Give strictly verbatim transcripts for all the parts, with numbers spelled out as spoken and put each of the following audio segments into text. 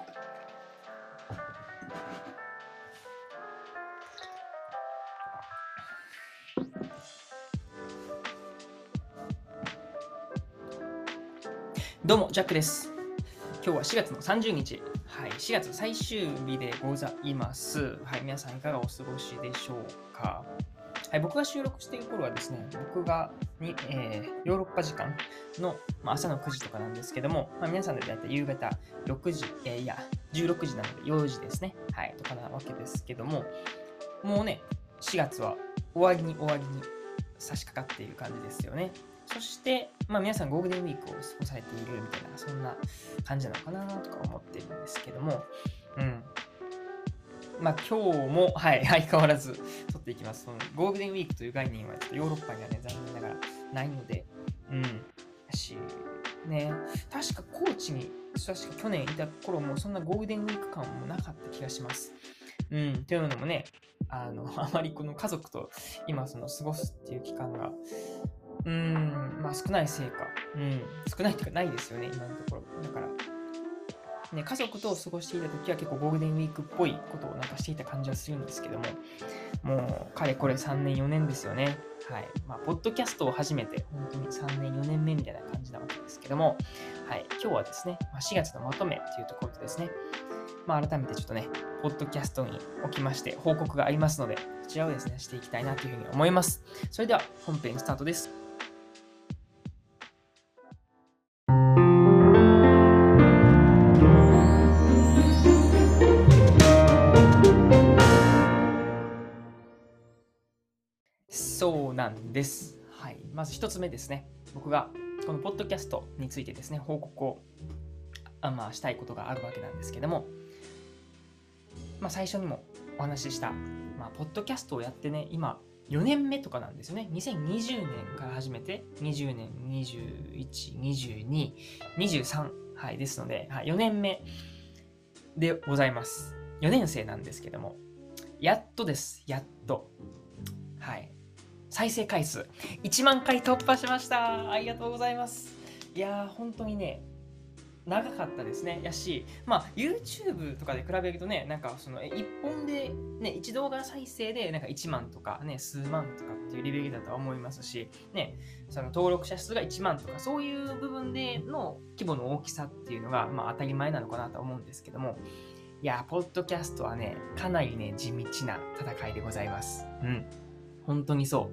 どうも、ジャックです。今日はしがつのさんじゅうにち、はい、しがつ最終日でございます。はい、皆さんいかがお過ごしでしょうか。はい、僕が収録している頃はですね、僕がに、えー、ヨーロッパ時間の、まあ、朝のくじとかなんですけども、まあ、皆さんでだいたい夕方ろくじ、えー、いや、じゅうろくじなのでよじですね、はい、とかなわけですけども、もうね、しがつは終わりに終わりに差し掛かっている感じですよね。そして、まあ皆さんゴールデンウィークを過ごされているみたいな、そんな感じなのかなとか思ってるんですけども、うん。まあ今日も、はい、相変わらず撮っていきます。そのゴールデンウィークという概念はちょっとヨーロッパにはね、残念ながらないので、うん。し、ね、確か高知に、確か去年いた頃もそんなゴールデンウィーク感もなかった気がします。うん。というのもね、あの、あまりこの家族と今その過ごすっていう期間が、うーん、まあ少ないせいか。うん、少ないというかないですよね、今のところ。だから、ね、家族と過ごしていた時は結構ゴールデンウィークっぽいことをなんかしていた感じはするんですけども、もう、かれこれさんねんよねんですよね。はい。まあ、ポッドキャストを始めて、本当にさんねんよねんめみたいな感じなわけですけども、はい。今日はですね、まあ、しがつのまとめというところでですね、まあ、改めてちょっとね、ポッドキャストにおきまして報告がありますので、こちらをですね、していきたいなというふうに思います。それでは、本編スタートです。そうなんです。はい。まず一つ目ですね。僕がこのポッドキャストについてですね、報告をあ、まあ、したいことがあるわけなんですけども、まあ、最初にもお話しした、まあ、ポッドキャストをやってね、今、よねんめとかなんですよね。にせんにじゅうねんから始めて、にじゅうねん、にじゅういち、にじゅうに、にじゅうさん、はい、ですので、はい、よねんめでございます。よねん生なんですけども、やっとです。やっと。はい。再生回数いちまんかい突破しました。ありがとうございます。いやー、本当にね、長かったですね。やし、まあ、YouTube とかで比べるとね、なんかその、いっぽんで、ね、いち動画再生でなんかいちまんとかね、数万とかっていうレベルだとは思いますし、ね、その登録者数がいちまんとか、そういう部分での規模の大きさっていうのが、まあ当たり前なのかなと思うんですけども、いや、ポッドキャストはね、かなりね、地道な戦いでございます。うん。本当にそう。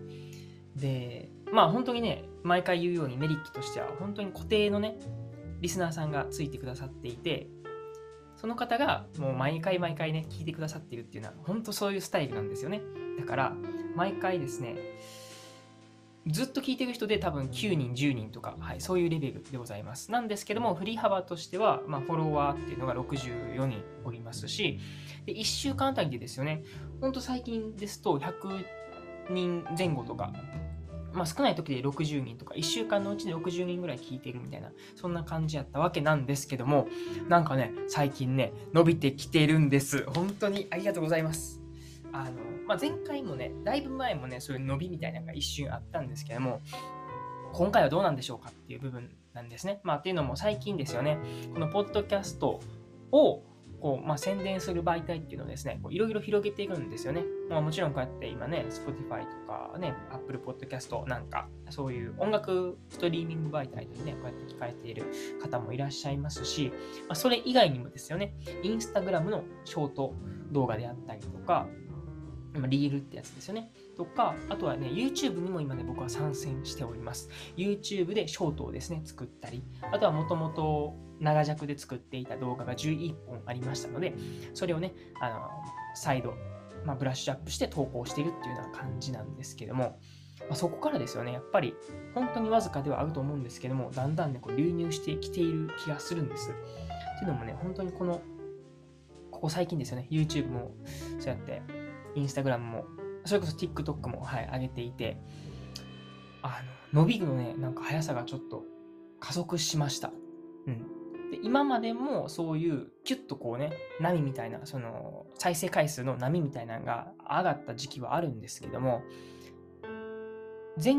で、まあ本当にね、毎回言うようにメリットとしては、本当に固定のね、リスナーさんがついてくださっていて、その方がもう毎回毎回ね、聞いてくださっているっていうのは、本当そういうスタイルなんですよね。だから、毎回ですね、ずっと聞いてる人で多分きゅうにん、じゅうにんとか、はい、そういうレベルでございます。なんですけども、振り幅としては、まあ、フォロワーっていうのがろくじゅうよにんおりますし、でいっしゅうかん単位でですよね、ほんと最近ですとひゃくにんぜん後とか、まあ、少ない時でろくじゅうにんとか、いっしゅうかんのうちでろくじゅうにんぐらい聞いてるみたいな、そんな感じやったわけなんですけども、なんかね、最近ね、伸びてきてるんです。本当にありがとうございます。あの、まあ、前回もね、だいぶ前もね、そういう伸びみたいなのが一瞬あったんですけども、今回はどうなんでしょうかっていう部分なんですね。まあ、っていうのも最近ですよね、このポッドキャストをこう、まあ、宣伝する媒体っていうのをですね、いろいろ広げていくんですよね。まあ、もちろんこうやって今ね、Spotify とかね、Apple Podcast なんか、そういう音楽ストリーミング媒体でね、こうやって聞かれている方もいらっしゃいますし、まあ、それ以外にもですよね、Instagram のショート動画であったりとか、リールってやつですよね。とか、あとはね、YouTube にも今ね、僕は参戦しております。YouTube でショートをですね、作ったり、あとはもともと長尺で作っていた動画がじゅういっぽんありましたので、それをね、あの、再度、まあ、ブラッシュアップして投稿しているっていうような感じなんですけども、まあ、そこからですよね、やっぱり、本当にわずかではあると思うんですけども、だんだんね、こう流入してきている気がするんです。っていうのもね、本当にこの、ここ最近ですよね、YouTube もそうやって、インスタグラムも、それこそ TikTok も、はい、上げていて、あの、伸びのね、なんか速さがちょっと加速しました。うん。で、今までもそういうキュッとこうね、波みたいな、その再生回数の波みたいなのが上がった時期はあるんですけども、前回、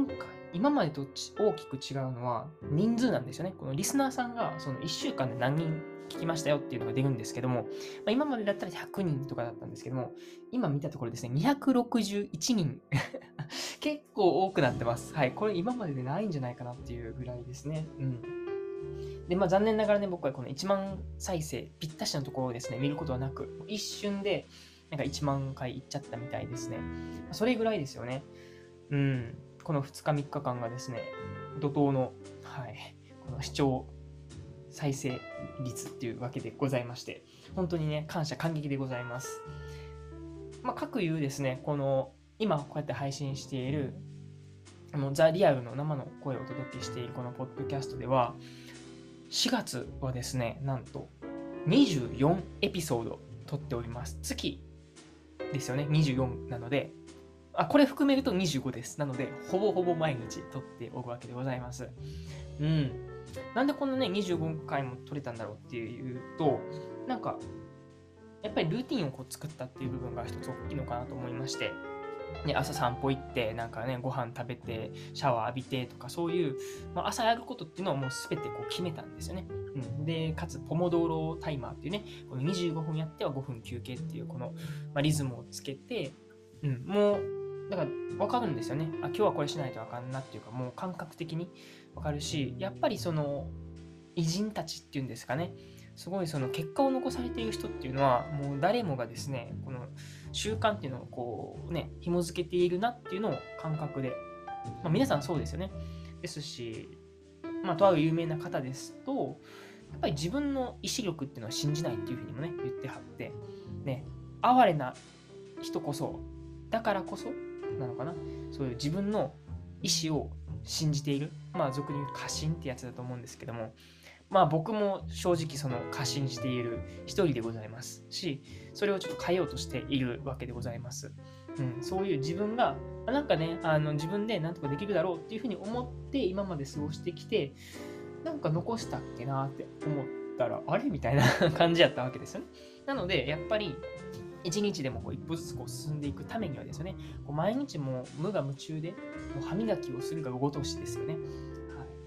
今までと大きく違うのは人数なんですよね。このリスナーさんがそのいっしゅうかんで何人聞きましたよっていうのが出るんですけども、まあ、今までだったらひゃくにんとかだったんですけども、今見たところですね、にひゃくろくじゅういちにん。結構多くなってます。はい。これ今まででないんじゃないかなっていうぐらいですね。うん。で、まあ残念ながらね、僕はこのいちまん再生ぴったしのところをですね、見ることはなく、一瞬でなんかいちまん回いっちゃったみたいですね。それぐらいですよね。うん。このふつかみっかかんがですね、怒涛の、はい、この視聴再生率っていうわけでございまして、本当にね、感謝感激でございます。まあ、各いうですね、この、今こうやって配信している、あのザ・リアルの生の声をお届けしているこのポッドキャストでは、しがつはですね、なんとにじゅうよんエピソード撮っております。月ですよね、にじゅうよんなので、あ、これ含めるとにじゅうごです。なので、ほぼほぼ毎日撮っておくわけでございます。うん。なんでこんなね、にじゅうごかいも撮れたんだろうっていうと、なんか、やっぱりルーティンをこう作ったっていう部分が一つ大きいのかなと思いまして、ね、朝散歩行って、なんかね、ご飯食べて、シャワー浴びてとか、そういう、まあ、朝やることっていうのをもう全てこう決めたんですよね。うん、で、かつ、ポモドーロタイマーっていうね、このにじゅうごふんやってはごふん休憩っていう、この、まあ、リズムをつけて、うん、もう、だから分かるんですよね。あ、今日はこれしないとあかんなっていうか、もう感覚的に分かるし、やっぱりその、偉人たちっていうんですかね、すごいその結果を残されている人っていうのは、もう誰もがですね、この習慣っていうのをこうね、紐づけているなっていうのを感覚で、まあ、皆さんそうですよね。ですし、まあ、とある有名な方ですと、やっぱり自分の意志力っていうのは信じないっていうふうにもね、言ってはって、ね、哀れな人こそ、だからこそなのかな、そういう自分の意志を信じている、まあ俗に言う過信ってやつだと思うんですけども、まあ僕も正直その過信している一人でございますし、それをちょっと変えようとしているわけでございます。うん、そういう自分が、なんかね、あの自分でなんとかできるだろうっていうふうに思って今まで過ごしてきて、なんか残したっけなって思ったら、あれみたいな感じやったわけですよね。なので、やっぱり、一日でもこう一歩ずつこう進んでいくためにはですよね、こう毎日も無我夢中でもう歯磨きをするがごとしですよね。はい、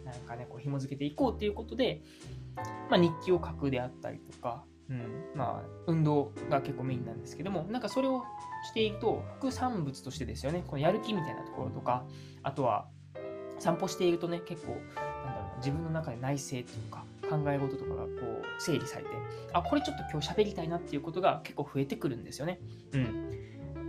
なんかね、こう紐づけていこうということで、まあ、日記を書くであったりとか、うん、まあ、運動が結構メインなんですけども、なんかそれをしていると、副産物としてですよね、このやる気みたいなところとか、あとは散歩しているとね、結構、なんだろうな、自分の中で内省というか、考え事とかがこう整理されて、あ、これちょっと今日喋りたいなっていうことが結構増えてくるんですよね。うん。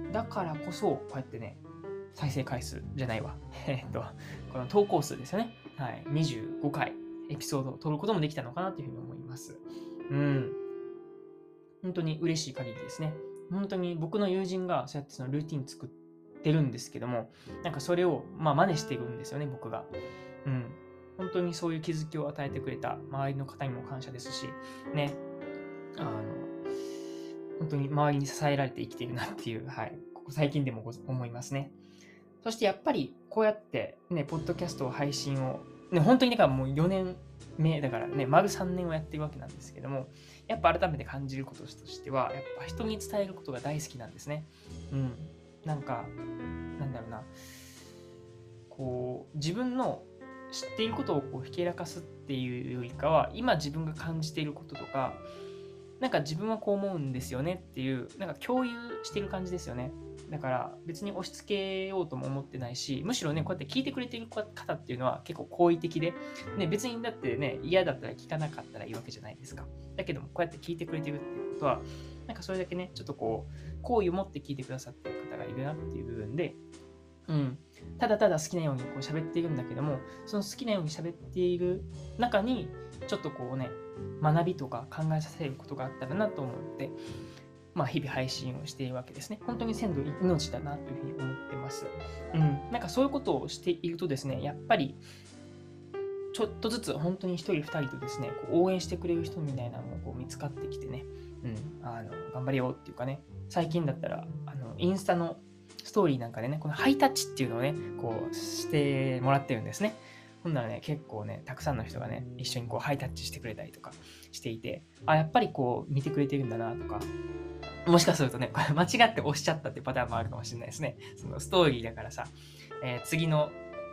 だからこそ、こうやってね、再生回数じゃないわ。えっと、この投稿数ですよね。はい。にじゅうごかいエピソードを撮ることもできたのかなというふうに思います。うん。本当に嬉しい限りですね。本当に僕の友人がそうやってそのルーティン作ってるんですけども、なんかそれをまあ真似してるんですよね、僕が。うん。本当にそういう気づきを与えてくれた周りの方にも感謝ですし、ね、あの、本当に周りに支えられて生きているなっていう、はい、ここ最近でも思いますね。そしてやっぱりこうやってね、ポッドキャストを配信を、ね、本当にだからもうよねんめだからね、丸さんねんをやってるわけなんですけども、やっぱ改めて感じることとしては、やっぱ人に伝えることが大好きなんですね。うん。なんか、なんだろうな、こう、自分の知っていることをこうひけらかすっていうよりかは、今自分が感じていることとか、なんか自分はこう思うんですよねっていう、なんか共有してる感じですよね。だから別に押し付けようとも思ってないし、むしろね、こうやって聞いてくれている方っていうのは結構好意的で、ね、別にだってね、嫌だったら聞かなかったらいいわけじゃないですか。だけども、こうやって聞いてくれてるっていうことは、なんかそれだけね、ちょっとこう、好意を持って聞いてくださってる方がいるなっていう部分で、うん、ただただ好きなようにこう喋っているんだけども、その好きなように喋っている中に、ちょっとこうね、学びとか考えさせることがあったらなと思って、まあ、日々配信をしているわけですね。本当に鮮度命だなというふうに思ってます。うん。なんかそういうことをしているとですね、やっぱり、ちょっとずつ本当に一人二人とですね、こう応援してくれる人みたいなのもこう見つかってきてね、うん、あの、頑張れよっていうかね、最近だったら、あの、インスタのストーリーなんかでね、このハイタッチっていうのをね、こうしてもらってるんですね。ほんならね、結構ね、たくさんの人がね、一緒にこうハイタッチしてくれたりとかしていて、あ、やっぱりこう見てくれてるんだなとか、もしかするとね、これ間違って押しちゃったってパターンもあるかもしれないですね。そのストーリーだからさ、えー次の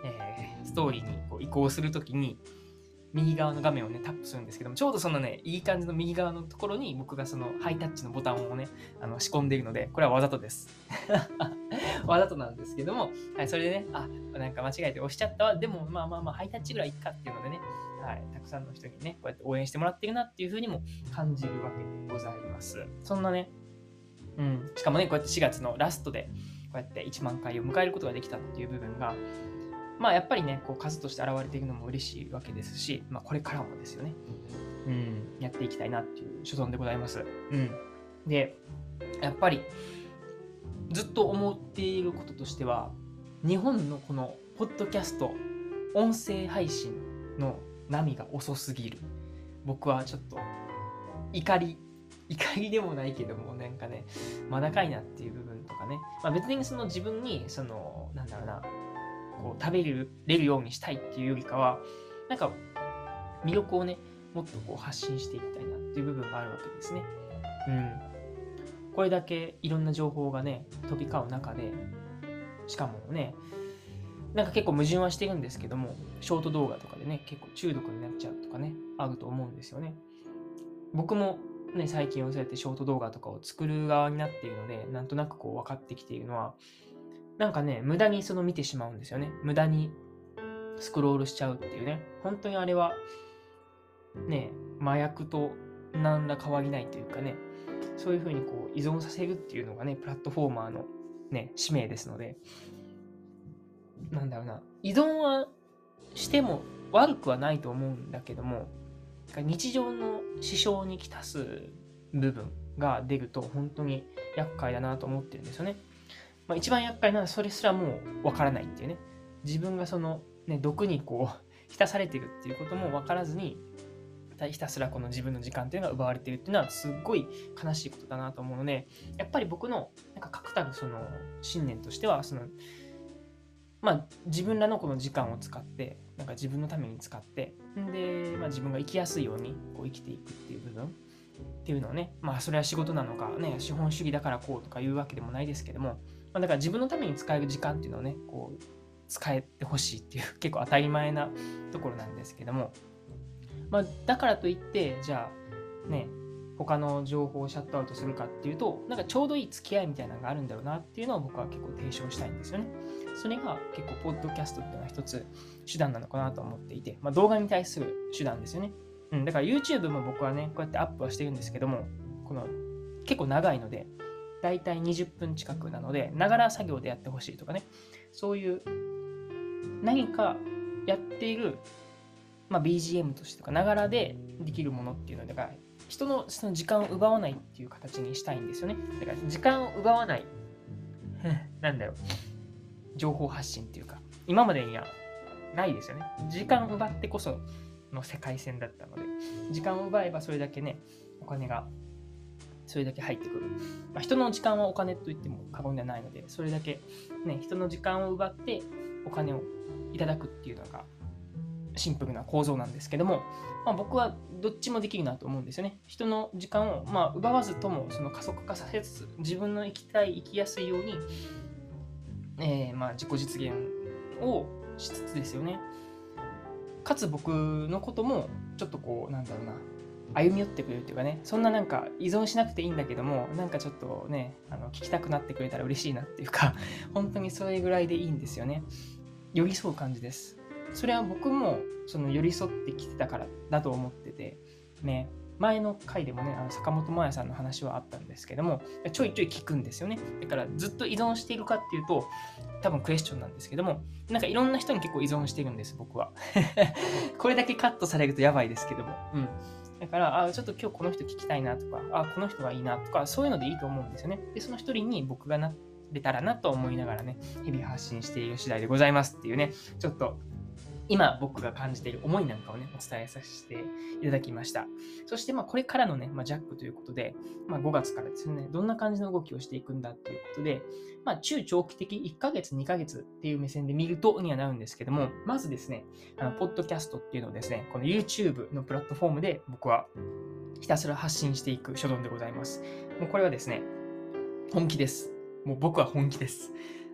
えー、ストーリーにこう移行するときに、右側の画面をね、タップするんですけども、ちょうどそのね、いい感じの右側のところに僕がそのハイタッチのボタンをね、あの仕込んでいるので、これはわざとです。わざとなんですけども、はい、それでね、あ、なんか間違えて押しちゃったわ。でも、まあまあまあ、ハイタッチぐらいいっかっていうのでね、はい、たくさんの人にね、こうやって応援してもらってるなっていう風にも感じるわけでございます。そんなね、うん、しかもね、こうやってしがつのラストで、こうやっていちまんかいを迎えることができたっていう部分が、まあやっぱりね、こう数として現れているのも嬉しいわけですし、まあこれからもですよね。うん、やっていきたいなっていう所存でございます。うん。で、やっぱりずっと思っていることとしては、日本のこのポッドキャスト、音声配信の波が遅すぎる。僕はちょっと怒り、怒りでもないけども、なんかね、まだかいなっていう部分とかね。まあ別にその自分に、その、なんだろうな、こう食べれるようにしたいっていうよりかは、なんか魅力をね、もっとこう発信していきたいなっていう部分があるわけですね。うん。これだけいろんな情報がね、飛び交う中で、しかもね、なんか結構矛盾はしてるんですけども、ショート動画とかでね、結構中毒になっちゃうとかね、あると思うんですよね。僕もね、最近はそうやってショート動画とかを作る側になっているので、なんとなくこう分かってきているのは、なんかね、無駄にその見てしまうんですよね。無駄にスクロールしちゃうっていうね。本当にあれは、ね、麻薬と何ら変わりないというかね、そういうふうにこう依存させるっていうのがね、プラットフォーマーのね、使命ですので、なんだろうな、依存はしても悪くはないと思うんだけども、日常の支障にきたす部分が出ると本当に厄介だなと思ってるんですよね。まあ、一番厄介なのはそれすらもうわからないっていうね。自分がその、ね、毒にこう浸されてるっていうこともわからずに、ひたすらこの自分の時間っていうのが奪われているっていうのはすっごい悲しいことだなと思うので、やっぱり僕のなんか確たるその信念としては、そのまあ自分らのこの時間を使って、なんか自分のために使って、で、まあ、自分が生きやすいようにこう生きていくっていう部分っていうのはね、まあそれは仕事なのかね、資本主義だからこうとかいうわけでもないですけども、まあ、だから自分のために使える時間っていうのをね、こう使えてほしいっていう結構当たり前なところなんですけども、まあ、だからといって、じゃあ、ね、他の情報をシャットアウトするかっていうと、なんかちょうどいい付き合いみたいなのがあるんだろうなっていうのを僕は結構提唱したいんですよね。それが結構、ポッドキャストっていうのは一つ手段なのかなと思っていて、まあ、動画に対する手段ですよね。うん、だから YouTube も僕はね、こうやってアップはしてるんですけども、この結構長いので、だいたいにじゅっぷん近くなので、ながら作業でやってほしいとかね、そういう何かやっているまあ、ビージーエム としてとか、ながらでできるものっていうのが、人のその時間を奪わないっていう形にしたいんですよね。だから、時間を奪わない、なんだろう、情報発信っていうか、今までにはないですよね。時間を奪ってこその世界線だったので、時間を奪えばそれだけね、お金がそれだけ入ってくる。まあ、人の時間はお金と言っても過言ではないので、それだけね、人の時間を奪ってお金をいただくっていうのが、シンプルな構造なんですけども、まあ、僕はどっちもできるなと思うんですよね。人の時間を、まあ、奪わずともその加速化させつつ、自分の生きたい、生きやすいように、えー、まあ自己実現をしつつですよね。かつ僕のこともちょっとこうなんだろうな、歩み寄ってくれるっていうかね、そんななんか依存しなくていいんだけども、なんかちょっとね、あの聞きたくなってくれたら嬉しいなっていうか、本当にそれぐらいでいいんですよね。寄り添う感じです。それは僕もその寄り添ってきてたからだと思ってて、ね、前の回でもね、あの坂本真綾さんの話はあったんですけども、ちょいちょい聞くんですよね。だからずっと依存しているかっていうと、多分クエスチョンなんですけども、なんかいろんな人に結構依存してるんです、僕は。これだけカットされるとやばいですけども。うん。だから、あ、ちょっと今日この人聞きたいなとか、あ、この人がいいなとか、そういうのでいいと思うんですよね。で、その一人に僕がなれたらなと思いながらね、日々発信している次第でございますっていうね、ちょっと今僕が感じている思いなんかをね、お伝えさせていただきました。そしてまあこれからのね、まあ、ジャックということで、まあ、ごがつからですね、どんな感じの動きをしていくんだということで、まあ中長期的いっかげつ、にかげつっていう目線で見るとにはなるんですけども、まずですね、あのポッドキャストっていうのをですね、この YouTube のプラットフォームで僕はひたすら発信していく所存でございます。もうこれはですね、本気です。もう僕は本気です。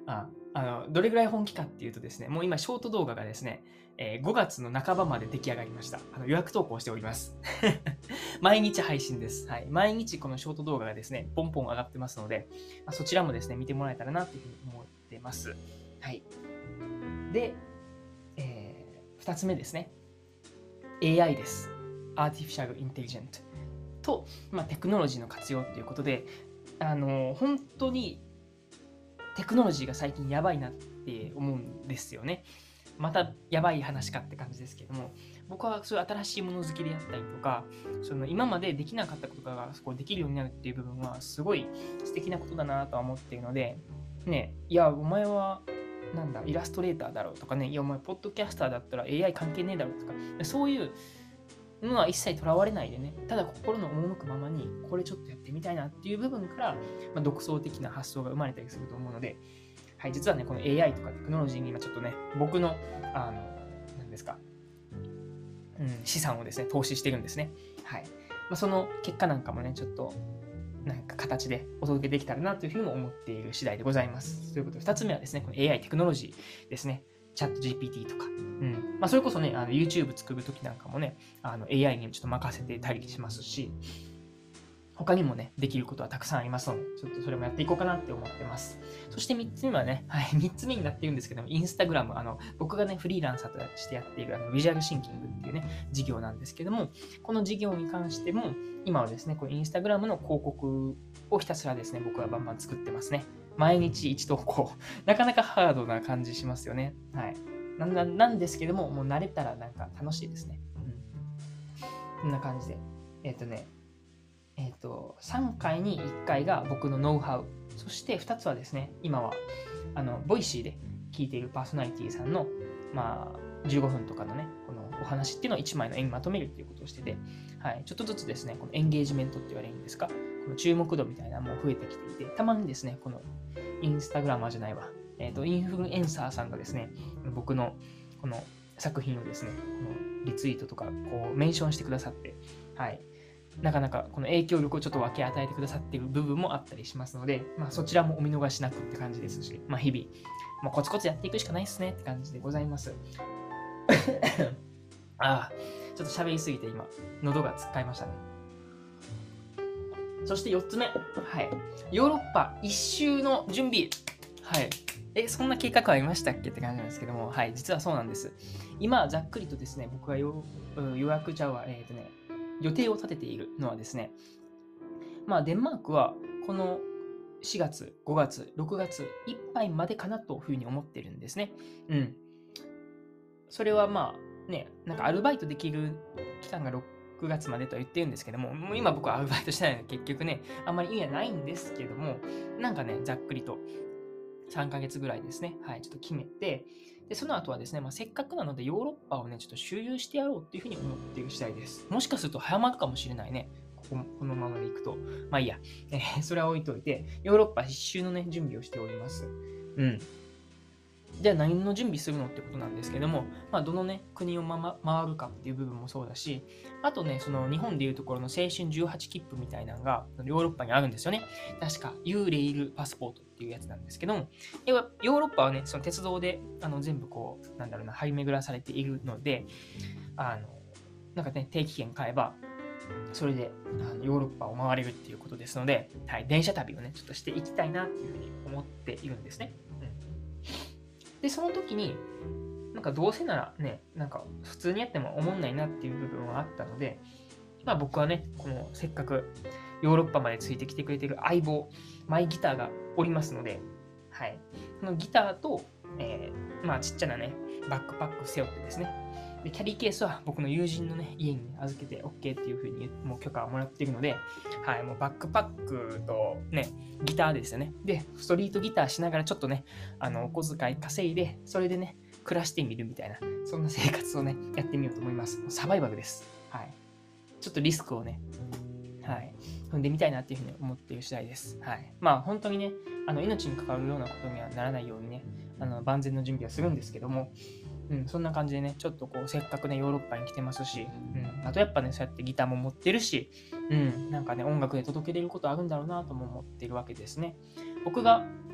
ああのどれぐらい本気かっていうとですね、もう今ショート動画がですね、えーごがつの半ばまで出来上がりました。あの予約投稿しております。毎日配信です。はい。毎日このショート動画がですね、ポンポン上がってますので、まあ、そちらもですね、見てもらえたらなというふうに思ってます。はい。で、えー、ふたつめですね。エーアイ です。Artificial Intelligence と、まあ、テクノロジーの活用ということで、あのー本当にテクノロジーが最近やばいなって思うんですよね。またやばい話かって感じですけども、僕はそういう新しいもの好きであったりとか、その今までできなかったことがこうできるようになるっていう部分はすごい素敵なことだなとは思っているので、ね、いや、お前はなんだ、イラストレーターだろうとかね、いや、お前、ポッドキャスターだったら エーアイ 関係ねえだろうとか、そういうのは一切とらわれないでね、ただ心の赴くままに、これちょっとやってみたいなっていう部分から、まあ、独創的な発想が生まれたりすると思うので、はい、実はね、この エーアイ とかテクノロジーに今ちょっとね、僕の、あの、何ですか、うん、資産をですね、投資してるんですね。はい。まあ、その結果なんかもね、ちょっと、なんか形でお届けできたらなというふうにも思っている次第でございます。ということで、ふたつめはですね、この エーアイ テクノロジーですね。チャット ジーピーティー とか。うん。まあ、それこそね、あの YouTube 作るときなんかもね、あの エーアイ にちょっと任せてたりしますし、他にもね、できることはたくさんありますので、ちょっとそれもやっていこうかなって思ってます。そしてみっつめはね、はい、みっつめになっているんですけども、インスタグラム、あの、僕がね、フリーランサーとしてやっているあのビジュアルシンキングっていうね、事業なんですけども、この事業に関しても、今はですね、このインスタグラムの広告をひたすらですね、僕はバンバン作ってますね。毎日一投稿。なかなかハードな感じしますよね。はい。なんななんですけども、もう慣れたらなんか楽しいですね。うん。こんな感じで。えっ、とね、えっ、と、さんかいにいっかいが僕のノウハウ。そしてふたつはですね、今は、あの、ボイシーで聞いているパーソナリティさんの、まあ、じゅうごふんとかのね、このお話っていうのをいちまいの絵にまとめるっていうことをしてて、はい、ちょっとずつですね、このエンゲージメントって言われるんですか、この注目度みたいなのも増えてきていて、たまにですね、このインスタグラマーじゃないわ、えっ、と、インフルエンサーさんがですね、僕のこの作品をですね、このリツイートとか、こう、メンションしてくださって、はい、なかなかこの影響力をちょっと分け与えてくださっている部分もあったりしますので、まあ、そちらもお見逃しなくって感じですし、まあ、日々、もうコツコツやっていくしかないですねって感じでございます。ああ、ちょっと喋りすぎて今、喉がつっかいましたね。そしてよっつめ、はい。ヨーロッパ一周の準備。はい。え、そんな計画ありましたっけって感じなんですけども、はい、実はそうなんです。今、ざっくりとですね、僕が予約ちゃうわ、えっ、ー、とね、予定を立てているのはですね、まあ、デンマークはこのしがつ、ごがつ、ろくがついっぱいまでかなというふうに思ってるんですね。うん。それはまあ、ね、なんかアルバイトできる期間がろくがつまでとは言ってるんですけども、もう今僕はアルバイトしてないので結局ね、あんまり意味はないんですけども、なんかね、ざっくりとさんかげつぐらいですね、はい、ちょっと決めて、で、その後はですね、まあ、せっかくなのでヨーロッパをね、ちょっと周遊してやろうっていうふうに思っている次第です。もしかすると早まるかもしれないね。こここのままでいくと。まあいいや、えー、それは置いといて、ヨーロッパ一周のね、準備をしております。うん。じゃあ何の準備するのってことなんですけども、まあ、どのね、国を、ま、回るかっていう部分もそうだし、あとね、その日本でいうところの青春じゅうはち切符みたいなのがヨーロッパにあるんですよね。確か、ユーレイルパスポートっていうやつなんですけども、ヨーロッパはね、その鉄道であの全部こう、なんだろうな、張り巡らされているので、あの、なんかね、定期券買えば、それであのヨーロッパを回れるっていうことですので、はい、電車旅をね、ちょっとしていきたいなっていうふうに思っているんですね。で、その時に、なんかどうせならね、なんか普通にやっても思んないなっていう部分はあったので、まあ僕はね、このせっかくヨーロッパまでついてきてくれてる相棒、マイギターがおりますので、はい。このギターと、えー、まあちっちゃなね、バックパック背負ってですね、で、キャリーケースは僕の友人のね、家に、ね、預けて OK っていう風にもう許可をもらっているので、はい、もうバックパックとね、ギターですよね。で、ストリートギターしながらちょっとね、あの、お小遣い稼いで、それでね、暮らしてみるみたいな、そんな生活をね、やってみようと思います。サバイバルです。はい。ちょっとリスクをね、はい、踏んでみたいなっていうふうに思っている次第です。はい。まあ、本当にね、あの、命に関わるようなことにはならないようにね、あの、万全の準備はするんですけども、うん、そんな感じでね、ちょっとこう、せっかくね、ヨーロッパに来てますし、うん、あとやっぱね、そうやってギターも持ってるし、うん、なんかね、音楽で届けれることあるんだろうなとも思っているわけですね。僕が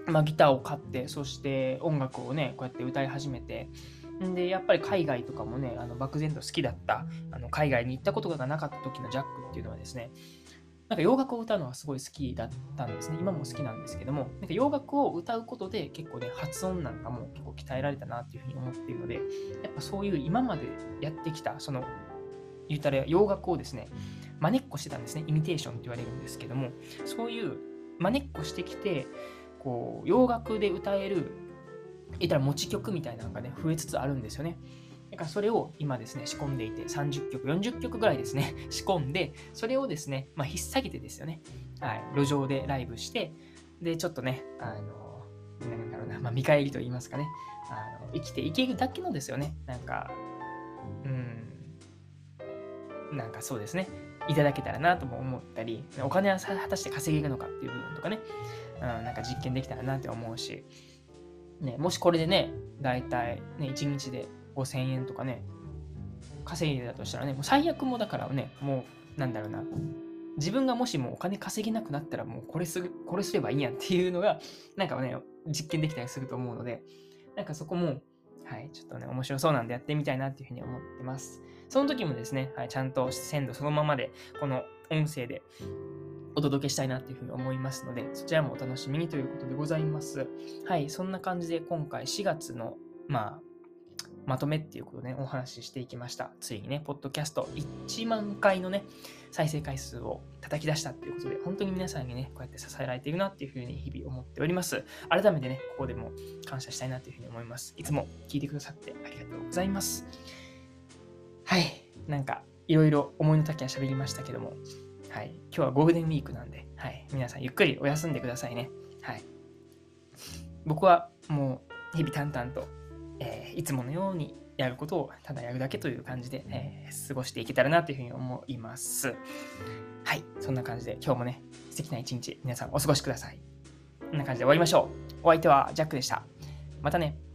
まあ、ギターを買って、そして音楽をね、こうやって歌い始めて、んで、やっぱり海外とかもね、あの漠然と好きだった、あの海外に行ったことがなかった時のジャックっていうのはですね、なんか洋楽を歌うのがすごい好きだったんですね。今も好きなんですけども、なんか洋楽を歌うことで結構ね、発音なんかも結構鍛えられたなっていうふうに思っているので、やっぱそういう今までやってきた、その、言ったら洋楽をですね、真似っこしてたんですね。イミテーションって言われるんですけども、そういう真似っこしてきて、こう、洋楽で歌える、言ったら持ち曲みたいなのがね、増えつつあるんですよね。だからそれを今ですね、仕込んでいて、さんじゅっきょく、よんじゅっきょくぐらいですね、仕込んで、それをですね、まあ、引っ提げてですよね、はい、路上でライブして、で、ちょっとね、あの、なんだろうな、まあ、見返りと言いますかね、あの生きていけるだけのですよね、なんか、うん、なんかそうですね、いただけたらなとも思ったり、お金は果たして稼げるのかっていう部分とかね、うん、なんか実験できたらなって思うし、ね、もしこれでね、だいたいね、いちにちでごせんえんとかね、稼いでたとしたらね、もう最悪もだからね、もう、なんだろうな、自分がもしもお金稼げなくなったらもうこれすぐ、これすればいいやんっていうのが、なんかね、実験できたりすると思うので、なんかそこも、はい、ちょっとね、面白そうなんでやってみたいなっていうふうに思ってます。その時もですね、はい、ちゃんと鮮度そのままで、この音声でお届けしたいなっていうふうに思いますので、そちらもお楽しみにということでございます。はい、そんな感じで今回しがつの、まあ、まとめっていうことでね、お話ししていきました。ついにね、ポッドキャストいちまんかいのね、再生回数を叩き出したっていうことで、本当に皆さんにね、こうやって支えられているなっていうふうに日々思っております。改めてね、ここでも感謝したいなというふうに思います。いつも聞いてくださってありがとうございます。はい、なんか、いろいろ思いの丈は喋りましたけども、はい、今日はゴールデンウィークなんで、はい、皆さんゆっくりお休んでくださいね。はい。僕はもう日々淡々と、えーいつものようにやることをただやるだけという感じで、えー過ごしていけたらなというふうに思います。はい、そんな感じで今日もね、素敵な一日皆さんお過ごしください。こんな感じで終わりましょう。お相手はジャックでした。またね。